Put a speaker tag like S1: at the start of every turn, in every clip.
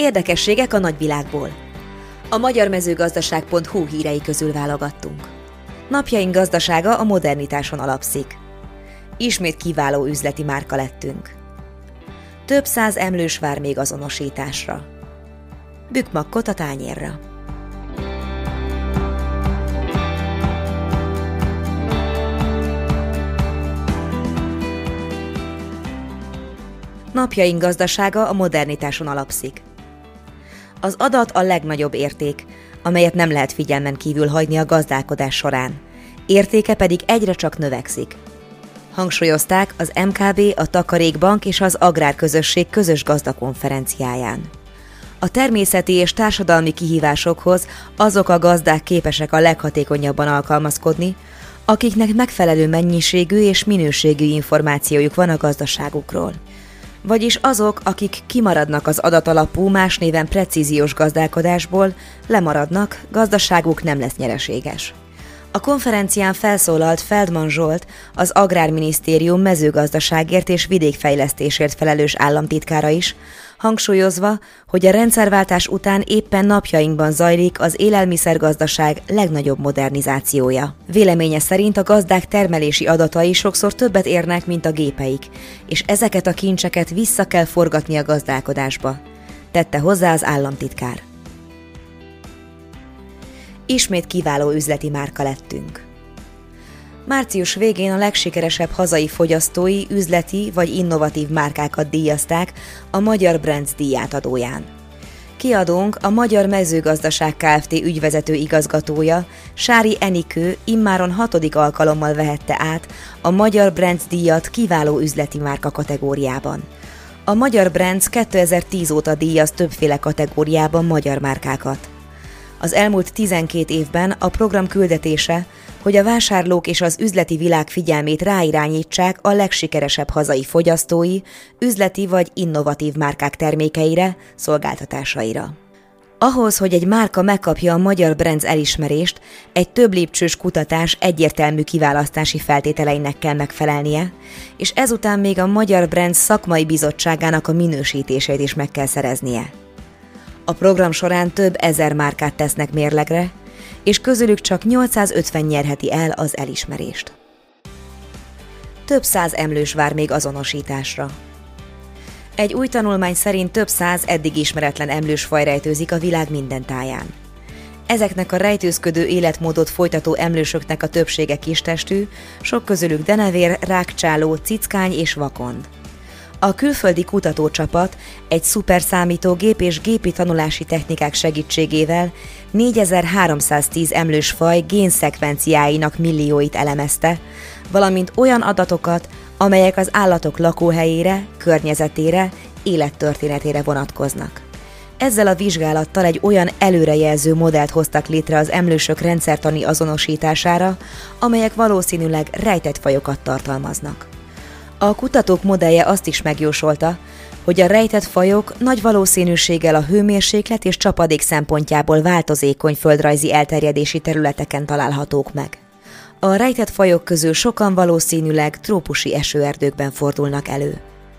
S1: Érdekességek a nagyvilágból. A magyarmezőgazdaság.hu hírei közül válogattunk. Napjaink gazdasága a modernitáson alapszik. Ismét kiváló üzleti márka lettünk. Több száz emlős vár még azonosításra. Bükmakkot a tányérra. Napjaink gazdasága a modernitáson alapszik. Az adat a legnagyobb érték, amelyet nem lehet figyelmen kívül hagyni a gazdálkodás során. Értéke pedig egyre csak növekszik. Hangsúlyozták az MKB, a Takarékbank és az Agrárközösség közös gazdakonferenciáján. A természeti és társadalmi kihívásokhoz azok a gazdák képesek a leghatékonyabban alkalmazkodni, akiknek megfelelő mennyiségű és minőségű információjuk van a gazdaságukról. Vagyis azok, akik kimaradnak az adatalapú, más néven precíziós gazdálkodásból, lemaradnak, gazdaságuk nem lesz nyereséges. A konferencián felszólalt Feldman Zsolt, az Agrárminisztérium mezőgazdaságért és vidékfejlesztésért felelős államtitkára is, hangsúlyozva, hogy a rendszerváltás után éppen napjainkban zajlik az élelmiszergazdaság legnagyobb modernizációja. Véleménye szerint a gazdák termelési adatai sokszor többet érnek, mint a gépeik, és ezeket a kincseket vissza kell forgatni a gazdálkodásba, tette hozzá az államtitkár. Ismét kiváló üzleti márka lettünk. Március végén a legsikeresebb hazai fogyasztói, üzleti vagy innovatív márkákat díjazták a Magyar Brands díjátadóján. Kiadónk, a Magyar Mezőgazdaság Kft. Ügyvezető igazgatója, Sári Enikő immáron 6. alkalommal vehette át a Magyar Brands díjat kiváló üzleti márka kategóriában. A Magyar Brands 2010 óta díjaz többféle kategóriában magyar márkákat. Az elmúlt 12 évben a program küldetése, hogy a vásárlók és az üzleti világ figyelmét ráirányítsák a legsikeresebb hazai fogyasztói, üzleti vagy innovatív márkák termékeire, szolgáltatásaira. Ahhoz, hogy egy márka megkapja a Magyar Brands elismerést, egy több lépcsős kutatás egyértelmű kiválasztási feltételeinek kell megfelelnie, és ezután még a Magyar Brands szakmai bizottságának a minősítését is meg kell szereznie. A program során több ezer márkát tesznek mérlegre, és közülük csak 850 nyerheti el az elismerést. Több száz emlős vár még azonosításra. Egy új tanulmány szerint több száz eddig ismeretlen emlősfaj rejtőzik a világ minden táján. Ezeknek a rejtőzködő életmódot folytató emlősöknek a többsége kistestű, sok közülük denevér, rákcsáló, cickány és vakond. A külföldi kutatócsapat egy szuperszámítógép és gépi tanulási technikák segítségével 4310 emlősfaj génszekvenciáinak millióit elemezte, valamint olyan adatokat, amelyek az állatok lakóhelyére, környezetére, élettörténetére vonatkoznak. Ezzel a vizsgálattal egy olyan előrejelző modellt hoztak létre az emlősök rendszertani azonosítására, amelyek valószínűleg rejtett fajokat tartalmaznak. A kutatók modellje azt is megjósolta, hogy a rejtett fajok nagy valószínűséggel a hőmérséklet és csapadék szempontjából változékony földrajzi elterjedési területeken találhatók meg. A rejtett fajok közül sokan valószínűleg trópusi esőerdőkben fordulnak elő.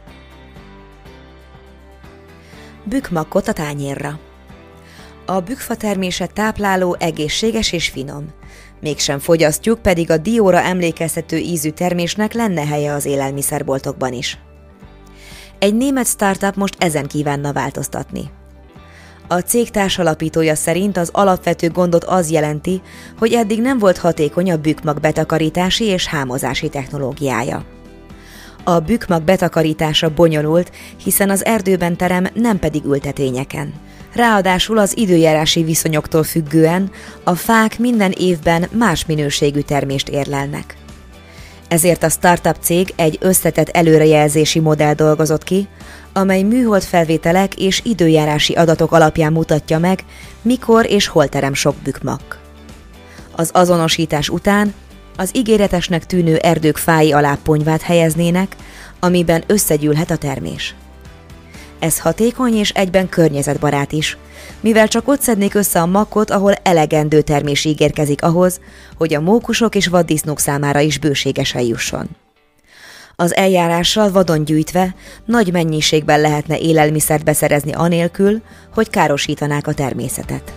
S1: Bükmakkot a tányérra. A bükkfa termése tápláló, egészséges és finom. Mégsem fogyasztjuk, pedig a dióra emlékeztető ízű termésnek lenne helye az élelmiszerboltokban is. Egy német startup most ezen kívánna változtatni. A cég társalapítója szerint az alapvető gondot az jelenti, hogy eddig nem volt hatékony a bükkmag betakarítási és hámozási technológiája. A bükkmag betakarítása bonyolult, hiszen az erdőben terem, nem pedig ültetvényeken. Ráadásul az időjárási viszonyoktól függően a fák minden évben más minőségű termést érlelnek. Ezért a startup cég egy összetett előrejelzési modell dolgozott ki, amely műholdfelvételek és időjárási adatok alapján mutatja meg, mikor és hol terem sok bükkmak. Az azonosítás után az ígéretesnek tűnő erdők fái alá ponyvát helyeznének, amiben összegyűlhet a termés. Ez hatékony és egyben környezetbarát is, mivel csak ott szednék össze a makkot, ahol elegendő termés ígérkezik ahhoz, hogy a mókusok és vaddisznók számára is bőségesen jusson. Az eljárással vadon gyűjtve nagy mennyiségben lehetne élelmiszert beszerezni anélkül, hogy károsítanák a természetet.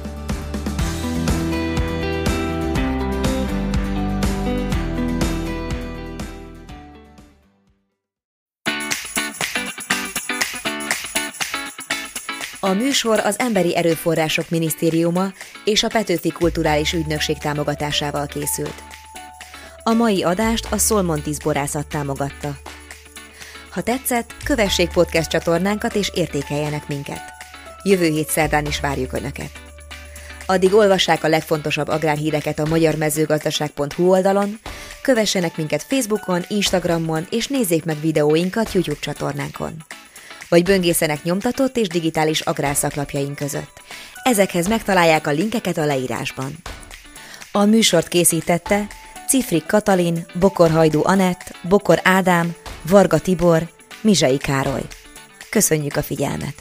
S1: A műsor az Emberi Erőforrások Minisztériuma és a Petőfi Kulturális Ügynökség támogatásával készült. A mai adást a Szolmontis borászat támogatta. Ha tetszett, kövessék podcast csatornánkat és értékeljenek minket. Jövő hét szerdán is várjuk Önöket. Addig olvassák a legfontosabb agrárhíreket a magyarmezőgazdaság.hu oldalon, kövessenek minket Facebookon, Instagramon és nézzék meg videóinkat YouTube csatornánkon. Vagy böngészenek nyomtatott és digitális agrárszaklapjaink között. Ezekhez megtalálják a linkeket a leírásban. A műsort készítette Cifrik Katalin, Bokor Hajdú Anett, Bokor Ádám, Varga Tibor, Mizsai Károly. Köszönjük a figyelmet!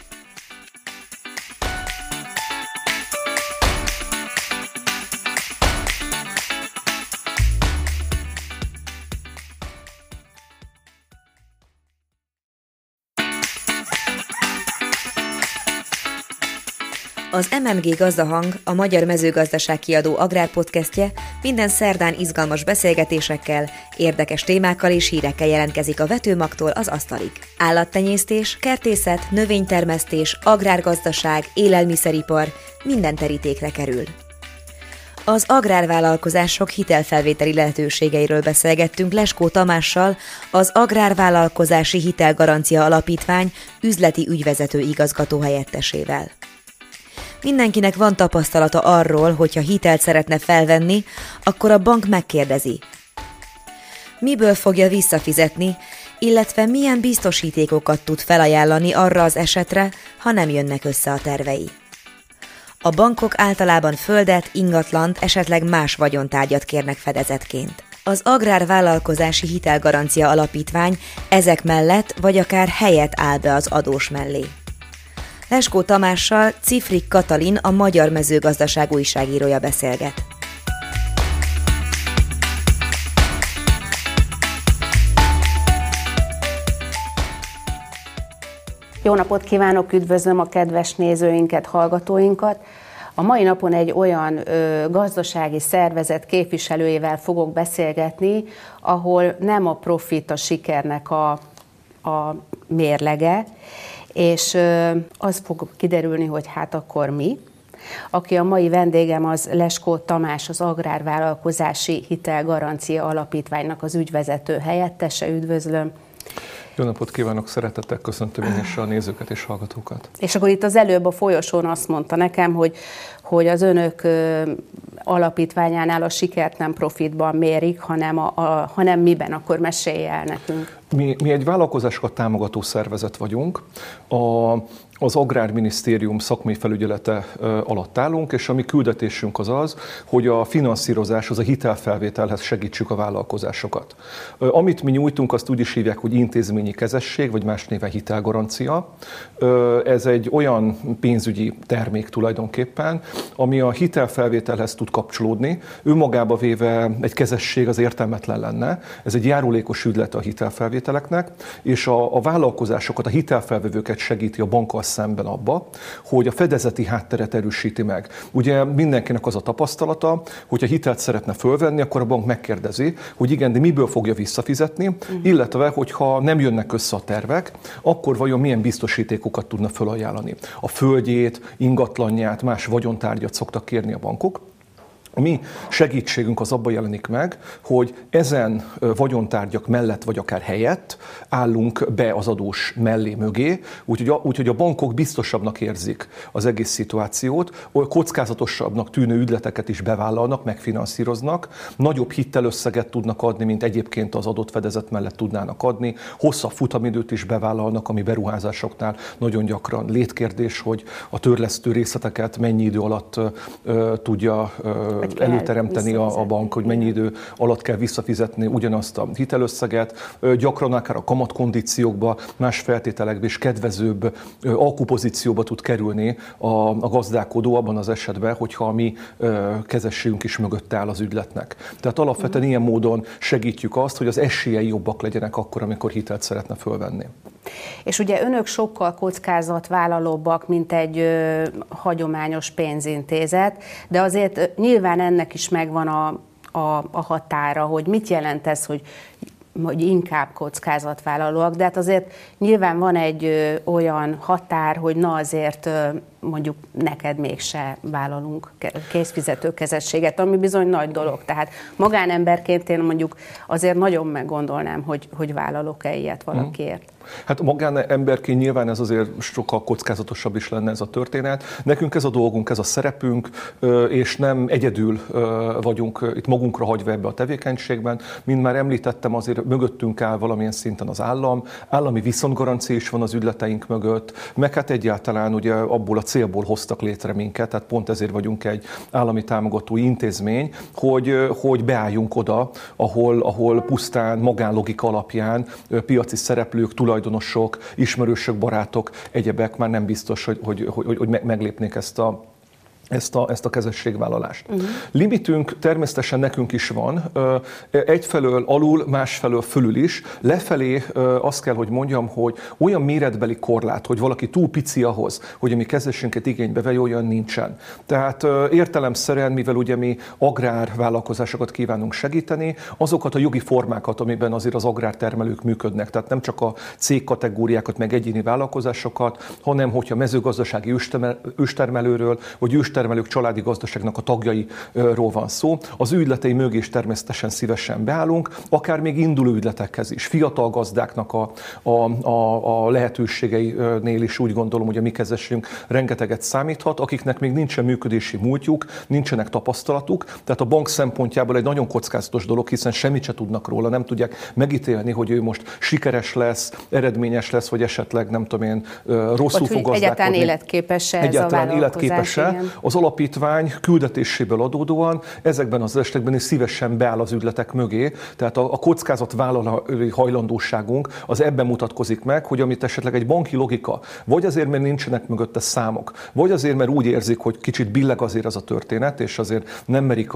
S1: Az MMG Gazdahang, a Magyar Mezőgazdaság Kiadó agrárpodcastje minden szerdán izgalmas beszélgetésekkel, érdekes témákkal és hírekkel jelentkezik a vetőmagtól az asztalig. Állattenyésztés, kertészet, növénytermesztés, agrárgazdaság, élelmiszeripar minden terítékre kerül. Az agrárvállalkozások hitelfelvételi lehetőségeiről beszélgettünk Leskó Tamással, az Agrárvállalkozási Hitelgarancia Alapítvány üzleti ügyvezető igazgató helyettesével. Mindenkinek van tapasztalata arról, hogyha hitelt szeretne felvenni, akkor a bank megkérdezi, miből fogja visszafizetni, illetve milyen biztosítékokat tud felajánlani arra az esetre, ha nem jönnek össze a tervei. A bankok általában földet, ingatlant, esetleg más vagyontárgyat kérnek fedezetként. Az Agrárvállalkozási Hitelgarancia Alapítvány ezek mellett vagy akár helyet áll be az adós mellé. Leskó Tamással Cifrik Katalin, a Magyar Mezőgazdaság újságírója beszélget.
S2: Jó napot kívánok, üdvözlöm a kedves nézőinket, hallgatóinkat. A mai napon egy olyan gazdasági szervezet képviselőjével fogok beszélgetni, ahol nem a profit a sikernek a mérlege, és az fog kiderülni, hogy hát akkor mi. Aki a mai vendégem, az Leskó Tamás, az Agrárvállalkozási Hitelgarancia Alapítványnak az ügyvezető helyettese. Üdvözlöm!
S3: Jó napot kívánok, szeretettel köszöntöm én is a nézőket és hallgatókat.
S2: És akkor itt az előbb a folyosón azt mondta nekem, hogy az önök alapítványánál a sikert nem profitban mérik, hanem miben, akkor mesélj el nekünk.
S3: Mi egy vállalkozásokat támogató szervezet vagyunk. Az Agrárminisztérium szakmai felügyelete alatt állunk, és a mi küldetésünk az, hogy a finanszírozáshoz, a hitelfelvételhez segítsük a vállalkozásokat. Amit mi nyújtunk, azt úgy is hívják, hogy intézményi kezesség, vagy más néven hitelgarancia. Ez egy olyan pénzügyi termék tulajdonképpen, ami a hitelfelvételhez tud kapcsolódni. Önmagába véve egy kezesség az értelmetlen lenne. Ez egy járulékos ügylet a hitelfelvételeknek, és a vállalkozásokat, a hitelfelvevőket segíti a bankkal szemben abba, hogy a fedezeti hátteret erősíti meg. Ugye mindenkinek az a tapasztalata, hogyha hitelt szeretne fölvenni, akkor a bank megkérdezi, hogy igen, de miből fogja visszafizetni, illetve, hogyha nem jönnek össze a tervek, akkor vajon milyen biztosítékokat tudna felajánlani. A földjét, ingatlanját, más vagyontárgyat szoktak kérni a bankok. A mi segítségünk az abban jelenik meg, hogy ezen vagyontárgyak mellett vagy akár helyett állunk be az adós mellé mögé, úgyhogy a bankok biztosabbnak érzik az egész szituációt, kockázatosabbnak tűnő ügyleteket is bevállalnak, megfinanszíroznak, nagyobb hitelösszeget tudnak adni, mint egyébként az adott fedezet mellett tudnának adni, hosszabb futamidőt is bevállalnak, ami beruházásoknál nagyon gyakran létkérdés, hogy a törlesztő részleteket mennyi idő alatt tudja előteremteni a bank, hogy mennyi idő alatt kell visszafizetni ugyanazt a hitelösszeget, gyakran akár a kamatkondíciókba, más feltételekbe és kedvezőbb alkupozícióba tud kerülni a gazdálkodó abban az esetben, hogyha a mi kezességünk is mögött áll az ügyletnek. Tehát alapvetően ilyen módon segítjük azt, hogy az esélyei jobbak legyenek akkor, amikor hitelt szeretne fölvenni.
S2: És ugye önök sokkal kockázatvállalóbbak, mint egy hagyományos pénzintézet, de azért nyilván ennek is megvan a határa, hogy mit jelent ez, hogy inkább kockázatvállalóak, de hát azért nyilván van egy olyan határ, hogy na azért mondjuk neked mégse vállalunk készfizetőkezességet, ami bizony nagy dolog. Tehát magánemberként én mondjuk azért nagyon meggondolnám, hogy vállalok-e ilyet valakiért.
S3: Hát magánemberként nyilván ez azért sokkal kockázatosabb is lenne ez a történet. Nekünk ez a dolgunk, ez a szerepünk, és nem egyedül vagyunk itt magunkra hagyva ebbe a tevékenységben. Mint már említettem, azért mögöttünk áll valamilyen szinten az állam, állami viszontgarancia is van az ügyleteink mögött, meg hát egyáltalán ugye abból a célból hoztak létre minket, tehát pont ezért vagyunk egy állami támogató intézmény, hogy beálljunk oda, ahol pusztán magánlogika alapján piaci szereplők, tulajdonosok, ismerősök, barátok, egyebek már nem biztos, hogy meglépnék ezt a kezességvállalást. Limitünk természetesen nekünk is van, egyfelől alul, másfelől fölül is. Lefelé azt kell, hogy mondjam, hogy olyan méretbeli korlát, hogy valaki túl pici ahhoz, hogy a mi kezességünket igénybe vegye, olyan nincsen. Tehát értelemszerűen, mivel ugye mi agrárvállalkozásokat kívánunk segíteni, azokat a jogi formákat, amiben azért az agrártermelők működnek, tehát nem csak a cégkategóriákat, meg egyéni vállalkozásokat, hanem hogyha mezőgazdasági őstermelőről, vagy őstermelők családi gazdaságnak a tagjairól van szó. Az ügyletei mögé is természetesen szívesen beállunk, akár még induló ügyletekhez is. Fiatal gazdáknak a lehetőségeinél is úgy gondolom, hogy a mi kezességünk rengeteget számíthat, akiknek még nincsen működési múltjuk, nincsenek tapasztalatuk, tehát a bank szempontjából egy nagyon kockázatos dolog, hiszen semmit se tudnak róla, nem tudják megítélni, hogy ő most sikeres lesz, eredményes lesz, vagy esetleg nem tudom én, rosszul fog gazdálkodni.
S2: Egyáltalán életképes-e ez a vállalkozás?
S3: Az alapítvány küldetéséből adódóan ezekben az esetekben is szívesen beáll az ügyletek mögé, tehát a kockázatvállalói hajlandóságunk az ebben mutatkozik meg, hogy amit esetleg egy banki logika, vagy azért, mert nincsenek mögötte számok, vagy azért, mert úgy érzik, hogy kicsit billeg azért az a történet, és azért nem merik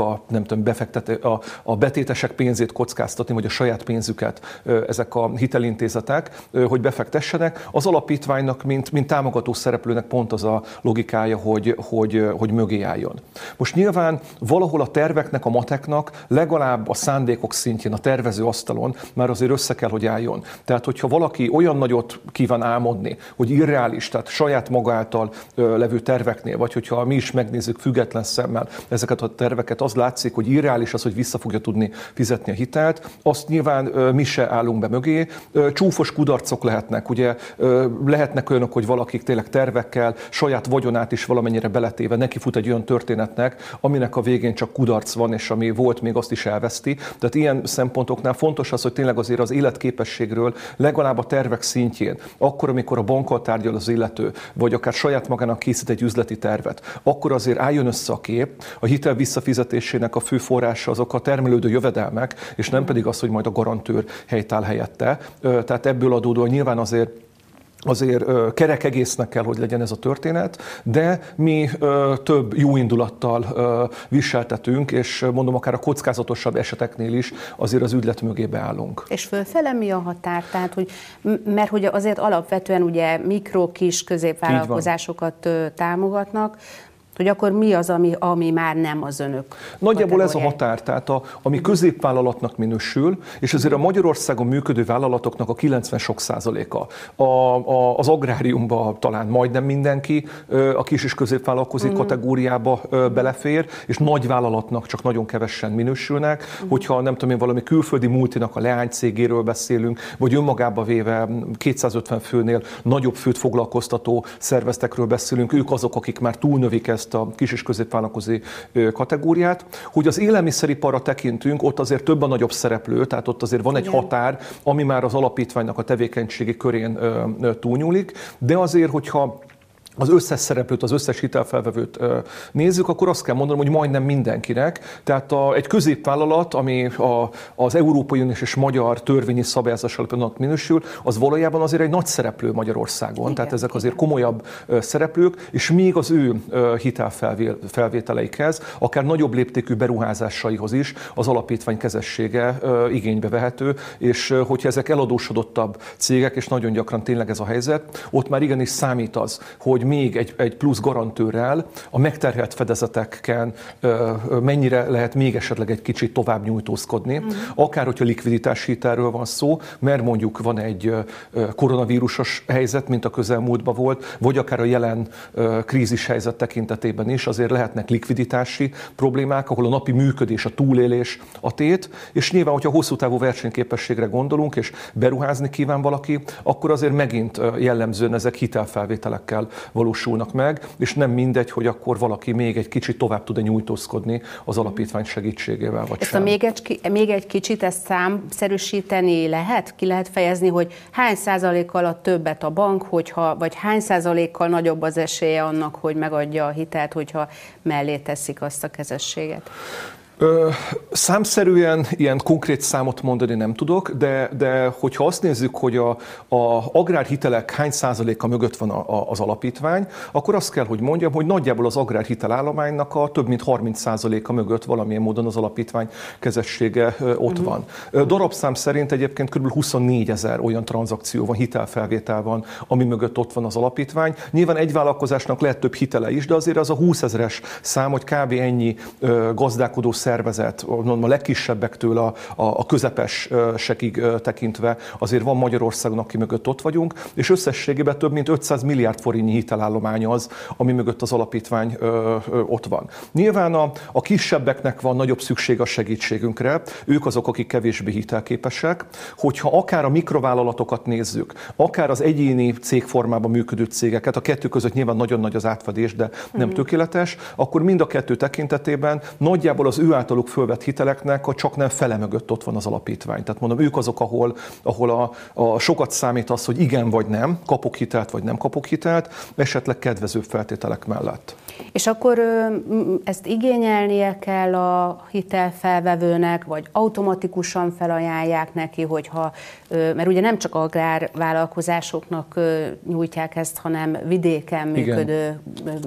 S3: a betétesek pénzét kockáztatni, vagy a saját pénzüket ezek a hitelintézetek, hogy befektessenek. Az alapítványnak, mint támogató szereplőnek pont az a logikája, hogy mögé álljon. Most nyilván valahol a terveknek, a mateknak legalább a szándékok szintjén, a tervező asztalon már azért össze kell, hogy álljon. Tehát, hogyha valaki olyan nagyot kíván álmodni, hogy irreális, tehát saját maga által levő terveknél, vagy hogyha mi is megnézzük független szemmel ezeket a terveket, az látszik, hogy irreális az, hogy vissza fogja tudni fizetni a hitelt, azt nyilván mi se állunk be mögé. Csúfos kudarcok lehetnek, ugye lehetnek olyanok, hogy valakik tényleg tervekkel, saját vagyonát is valamennyire beletéve neki fut egy olyan történetnek, aminek a végén csak kudarc van, és ami volt, még azt is elveszti. Tehát ilyen szempontoknál fontos az, hogy tényleg azért az életképességről legalább a tervek szintjén, akkor, amikor a bankkal tárgyal az illető, vagy akár saját magának készít egy üzleti tervet, akkor azért álljon össze a kép, a hitel visszafizetésének a fő forrása azok a termelődő jövedelmek, és nem pedig az, hogy majd a garantőr helytáll helyette. Tehát ebből adódóan nyilván azért kerek egésznek kell, hogy legyen ez a történet, de mi több jó indulattal viseltetünk, és mondom, akár a kockázatosabb eseteknél is azért az ügylet mögé beállunk.
S2: És fölfele mi a határ? Tehát, mert hogy azért alapvetően ugye mikro, kis, középvállalkozásokat támogatnak, hogy akkor mi az, ami már nem az önök?
S3: Nagyjából ez a határ, tehát ami középvállalatnak minősül, és azért a Magyarországon működő vállalatoknak a 90% az agráriumban talán majdnem mindenki a kis és középvállalkozói kategóriába belefér, és nagy vállalatnak csak nagyon kevesen minősülnek, hogyha nem tudom én, valami külföldi multinak a leánycégéről beszélünk, vagy önmagába véve 250 főnél nagyobb főt foglalkoztató szervezetekről beszélünk, ők azok, akik már túlnövik ezt a kis és középvállalkozói kategóriát. Hogy az élelmiszeriparra tekintünk, ott azért több a nagyobb szereplő, tehát ott azért van egy határ, ami már az alapítványnak a tevékenységi körén túlnyúlik, de azért, hogyha az összes szereplőt, az összes hitelfelvevőt nézzük, akkor azt kell mondanom, hogy majdnem mindenkinek. Tehát egy középvállalat, ami az Európai Uniós és magyar törvényi szabályozás alapján minősül, az valójában azért egy nagy szereplő Magyarországon. Igen, tehát ezek azért komolyabb szereplők, és még az ő hitelfelvételeikhez, akár nagyobb léptékű beruházásaihoz is az alapítvány kezessége igénybe vehető, és hogyha ezek eladósodottabb cégek, és nagyon gyakran tényleg ez a helyzet, ott már igenis számít az, hogy még egy plusz garantőrrel a megterhelt fedezeteken mennyire lehet még esetleg egy kicsit tovább nyújtózkodni. Akár, hogyha likviditási hitelről van szó, mert mondjuk van egy koronavírusos helyzet, mint a közelmúltban volt, vagy akár a jelen krízis helyzet tekintetében is, azért lehetnek likviditási problémák, ahol a napi működés, a túlélés a tét, és nyilván, hogyha hosszú távú versenyképességre gondolunk, és beruházni kíván valaki, akkor azért megint jellemzően ezek hitelfelvételekkel valósulnak meg, és nem mindegy, hogy akkor valaki még egy kicsit tovább tud-e nyújtózkodni az alapítvány segítségével, vagy
S2: ezt
S3: sem.
S2: Még egy kicsit ezt számszerűsíteni lehet? Ki lehet fejezni, hogy hány százalékkal ad többet a bank, vagy hány százalékkal nagyobb az esélye annak, hogy megadja a hitelt, hogyha mellé teszik azt a kezességet?
S3: Számszerűen ilyen konkrét számot mondani nem tudok, de hogyha azt nézzük, hogy a agrárhitelek hány százaléka mögött van az alapítvány, akkor azt kell, hogy mondjam, hogy nagyjából az agrárhitelállománynak a több mint 30%-a mögött valamilyen módon az alapítvány kezessége ott van. Darabszám szerint egyébként kb. 24 000 olyan tranzakció van, hitelfelvétel van, ami mögött ott van az alapítvány. Nyilván egy vállalkozásnak lehet több hitele is, de azért az a 20 000-es szám, hogy kb. Ennyi gazdálkodó szervezet, a legkisebbektől a közepesekig tekintve azért van Magyarországon, aki mögött ott vagyunk, és összességében több mint 500 milliárd forintnyi hitelállomány az, ami mögött az alapítvány ott van. Nyilván a kisebbeknek van nagyobb szükség a segítségünkre, ők azok, akik kevésbé hitelképesek, hogyha akár a mikrovállalatokat nézzük, akár az egyéni cégformában működő cégeket, a kettő között nyilván nagyon nagy az átfedés, de nem tökéletes, akkor mind a kettő tekintetében nagyjából az ő általuk fölvett hiteleknek a csak nem fele mögött ott van az alapítvány. Tehát mondom, ők azok, ahol a sokat számít az, hogy igen vagy nem, kapok hitelt vagy nem kapok hitelt, esetleg kedvezőbb feltételek mellett.
S2: És akkor ezt igényelnie kell a hitelfelvevőnek, vagy automatikusan felajánlják neki, hogyha, mert ugye nem csak agrárvállalkozásoknak nyújtják ezt, hanem vidéken működő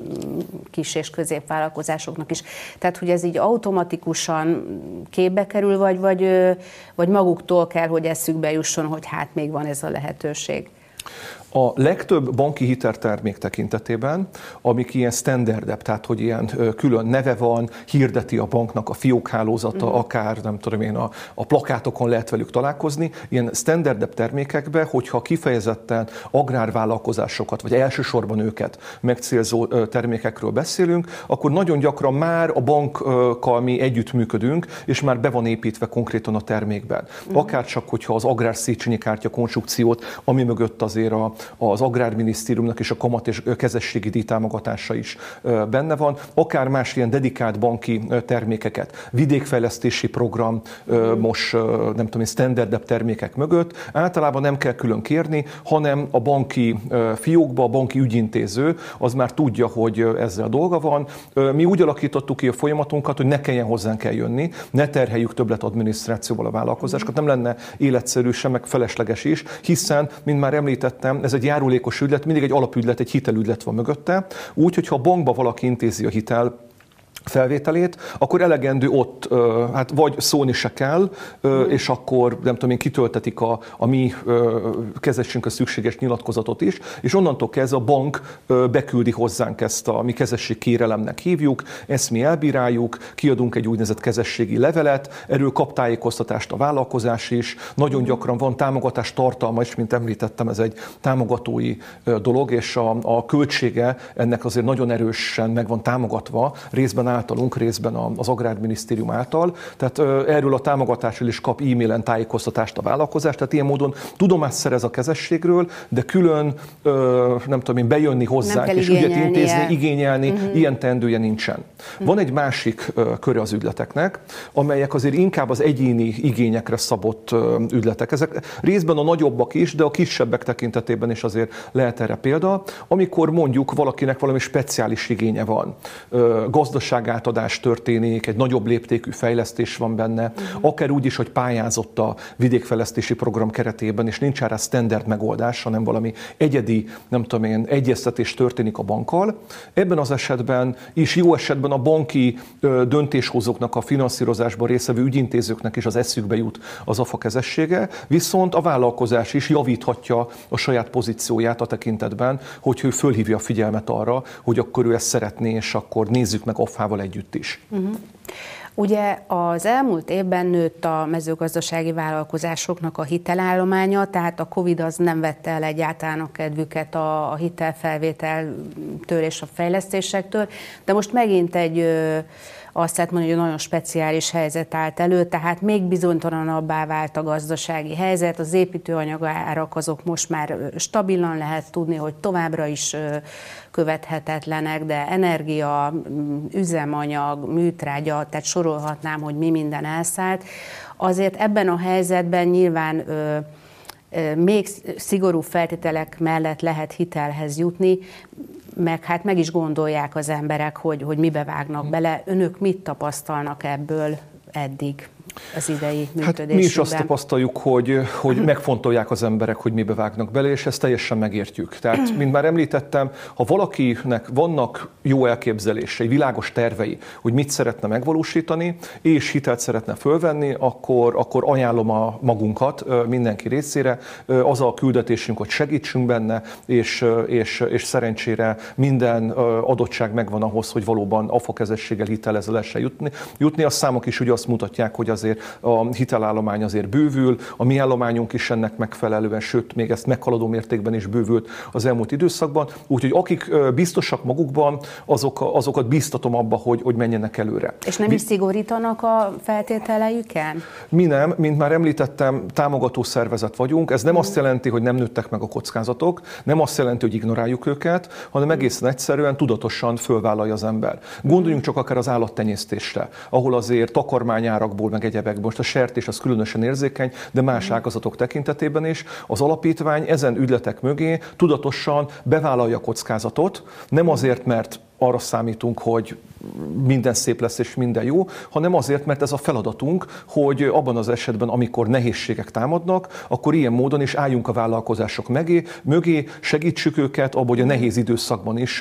S2: kis- és középvállalkozásoknak is. Tehát, hogy ez így automatikusan képbe kerül, vagy maguktól kell, hogy eszükbe jusson, hogy hát még van ez a lehetőség.
S3: A legtöbb banki hiteltermék tekintetében, amik ilyen standardebb, tehát hogy ilyen külön neve van, hirdeti a banknak a fiókhálózata, akár nem tudom én, a plakátokon lehet velük találkozni, ilyen standardebb termékekbe, hogyha kifejezetten agrárvállalkozásokat, vagy elsősorban őket megcélzó termékekről beszélünk, akkor nagyon gyakran már a bankkal mi együttműködünk, és már be van építve konkrétan a termékben. Akár csak, hogyha az agrár Széchenyi kártya konstrukciót, ami mögött azért az Agrárminisztériumnak és a kamat és kezességi díj támogatása is benne van, akár más ilyen dedikált banki termékeket, vidékfejlesztési program, most nem tudom, standardebb termékek mögött általában nem kell külön kérni, hanem a banki fiókba, a banki ügyintéző az már tudja, hogy ezzel dolga van. Mi úgy alakítottuk ki a folyamatunkat, hogy ne kelljen hozzánk eljönni, ne terheljük többletadminisztrációval a vállalkozásokat, nem lenne életszerű sem, meg felesleges is, hiszen, mint már említettem, ez egy járulékos ügylet, mindig egy alapügylet, egy hitelügylet van mögötte, úgy, hogyha a bankba valaki intézi a hitel felvételét, akkor elegendő ott, hát vagy szólni se kell, és akkor nem tudom én, kitöltetik a mi kezességünkre szükséges nyilatkozatot is, és onnantól kezdve a bank beküldi hozzánk ezt a mi kezesség kérelemnek hívjuk, ezt mi elbíráljuk, kiadunk egy úgynevezett kezességi levelet, erről kap tájékoztatást a vállalkozás is, nagyon gyakran van támogatás tartalma is, mint említettem, ez egy támogatói dolog, és a költsége ennek azért nagyon erősen meg van támogatva, részben általunk, részben az Agrárminisztérium által. Tehát erről a támogatásról is kap e-mailen tájékoztatást a vállalkozás, tehát ilyen módon tudomást szerez a kezességről, de külön, nem tudom én, bejönni hozzánk és ügyet intézni, igényelni, ilyen teendője nincsen. Van egy másik köre az ügyleteknek, amelyek azért inkább az egyéni igényekre szabott ügyletek. Ezek részben a nagyobbak is, de a kisebbek tekintetében is azért lehet erre példa, amikor mondjuk valakinek valami speciális igénye van. Gazdaságátadás történik, egy nagyobb léptékű fejlesztés van benne, akár úgy is, hogy pályázott a vidékfejlesztési program keretében, és nincs rá standard megoldás, hanem valami egyedi, nem tudom én, egyeztetés történik a bankkal. Ebben az esetben is jó esetben a banki döntéshozóknak, a finanszírozásban résztvevő ügyintézőknek is az eszükbe jut az AFA kezessége, viszont a vállalkozás is javíthatja a saját pozícióját a tekintetben, hogy ő fölhívja a figyelmet arra, hogy akkor ő ezt szeretné, és akkor nézzük meg AFA-val együtt is.
S2: Ugye az elmúlt évben nőtt a mezőgazdasági vállalkozásoknak a hitelállománya, tehát a Covid az nem vette el egyáltalán a kedvüket a hitelfelvételtől és a fejlesztésektől, de most megint azt lehet mondani, hogy nagyon speciális helyzet állt elő, tehát még bizonytalanabbá vált a gazdasági helyzet, az építőanyag árak azok most már stabilan lehet tudni, hogy továbbra is követhetetlenek, de energia, üzemanyag, műtrágya, tehát sorolhatnám, hogy mi minden elszállt. Azért ebben a helyzetben nyilván még szigorú feltételek mellett lehet hitelhez jutni, meg hát meg is gondolják az emberek, hogy mibe vágnak bele. Önök mit tapasztalnak ebből eddig az idei működésükben?
S3: Hát mi is azt tapasztaljuk, hogy megfontolják az emberek, hogy mibe vágnak bele, és ezt teljesen megértjük. Tehát, mint már említettem, ha valakinek vannak jó elképzelései, világos tervei, hogy mit szeretne megvalósítani, és hitelt szeretne fölvenni, akkor ajánlom a magunkat mindenki részére. Az a küldetésünk, hogy segítsünk benne, és szerencsére minden adottság megvan ahhoz, hogy valóban AFA kezességgel hitelhez lehessen jutni. A számok is ugye azt mutatják, hogy azért a hitelállomány azért bővül, a mi állományunk is ennek megfelelően, sőt, még ezt meghaladó mértékben is bővült az elmúlt időszakban. Úgyhogy akik biztosak magukban, azokat biztatom abba, hogy menjenek előre.
S2: És nem is szigorítanak a feltételeiken?
S3: Mi nem, mint már említettem, támogató szervezet vagyunk. Ez nem azt jelenti, hogy nem nőttek meg a kockázatok, nem azt jelenti, hogy ignoráljuk őket, hanem egészen egyszerűen tudatosan fölvállalja az ember. Gondoljunk csak akár az állattenyésztésre, ahol azért takarmányárakból, meg egyebekből, most a sertés az különösen érzékeny, de más ágazatok tekintetében is az alapítvány ezen ügyletek mögé tudatosan bevállalja a kockázatot, nem azért, mert arra számítunk, hogy minden szép lesz és minden jó, hanem azért, mert ez a feladatunk, hogy abban az esetben, amikor nehézségek támadnak, akkor ilyen módon is álljunk a vállalkozások mögé, segítsük őket abban, hogy a nehéz időszakban is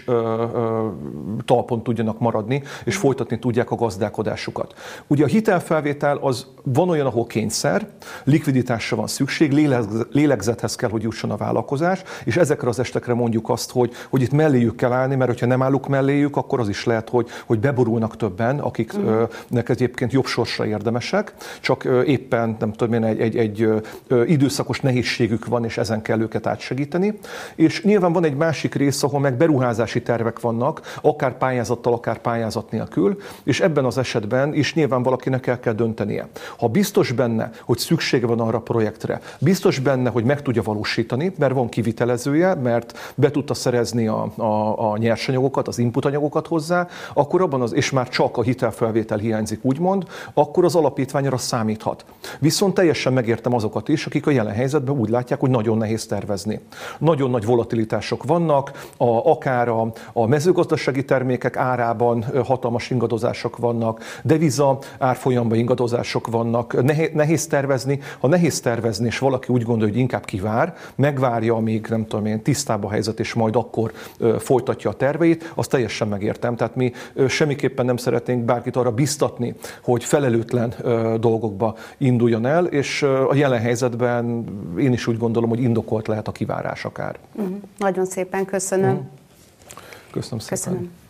S3: talpon tudjanak maradni, és folytatni tudják a gazdálkodásukat. Ugye a hitelfelvétel az van olyan, ahol kényszer, likviditásra van szükség, lélegzethez kell, hogy jusson a vállalkozás, és ezekre az estekre mondjuk azt, hogy itt melléjük kell állni, mert hogyha nem állunk melléjük, akkor az is lehet, hogy beborulnak többen, akiknek egyébként jobb sorsra érdemesek, csak éppen, nem tudom én, egy időszakos nehézségük van, és ezen kell őket átsegíteni. És nyilván van egy másik rész, ahol meg beruházási tervek vannak, akár pályázattal, akár pályázat nélkül, és ebben az esetben is nyilván valakinek el kell döntenie. Ha biztos benne, hogy szüksége van arra a projektre, biztos benne, hogy meg tudja valósítani, mert van kivitelezője, mert be tudta szerezni a nyersanyagokat, az inputanyagokat hozzá, akkor és már csak a hitelfelvétel hiányzik, úgymond, akkor az alapítványra számíthat. Viszont teljesen megértem azokat is, akik a jelen helyzetben úgy látják, hogy nagyon nehéz tervezni. Nagyon nagy volatilitások vannak, akár a mezőgazdasági termékek árában hatalmas ingadozások vannak, deviza árfolyamban ingadozások vannak, nehéz tervezni. Ha nehéz tervezni, és valaki úgy gondolja, hogy inkább kivár, megvárja, amíg nem tudom én, tisztább a helyzet, és majd akkor folytatja a terveit, azt teljesen megértem. Tehát mi semmiképpen nem szeretnénk bárkit arra biztatni, hogy felelőtlen dolgokba induljon el, és a jelen helyzetben én is úgy gondolom, hogy indokolt lehet a kivárás akár.
S2: Nagyon szépen köszönöm.
S3: Köszönöm szépen.
S2: Köszönöm.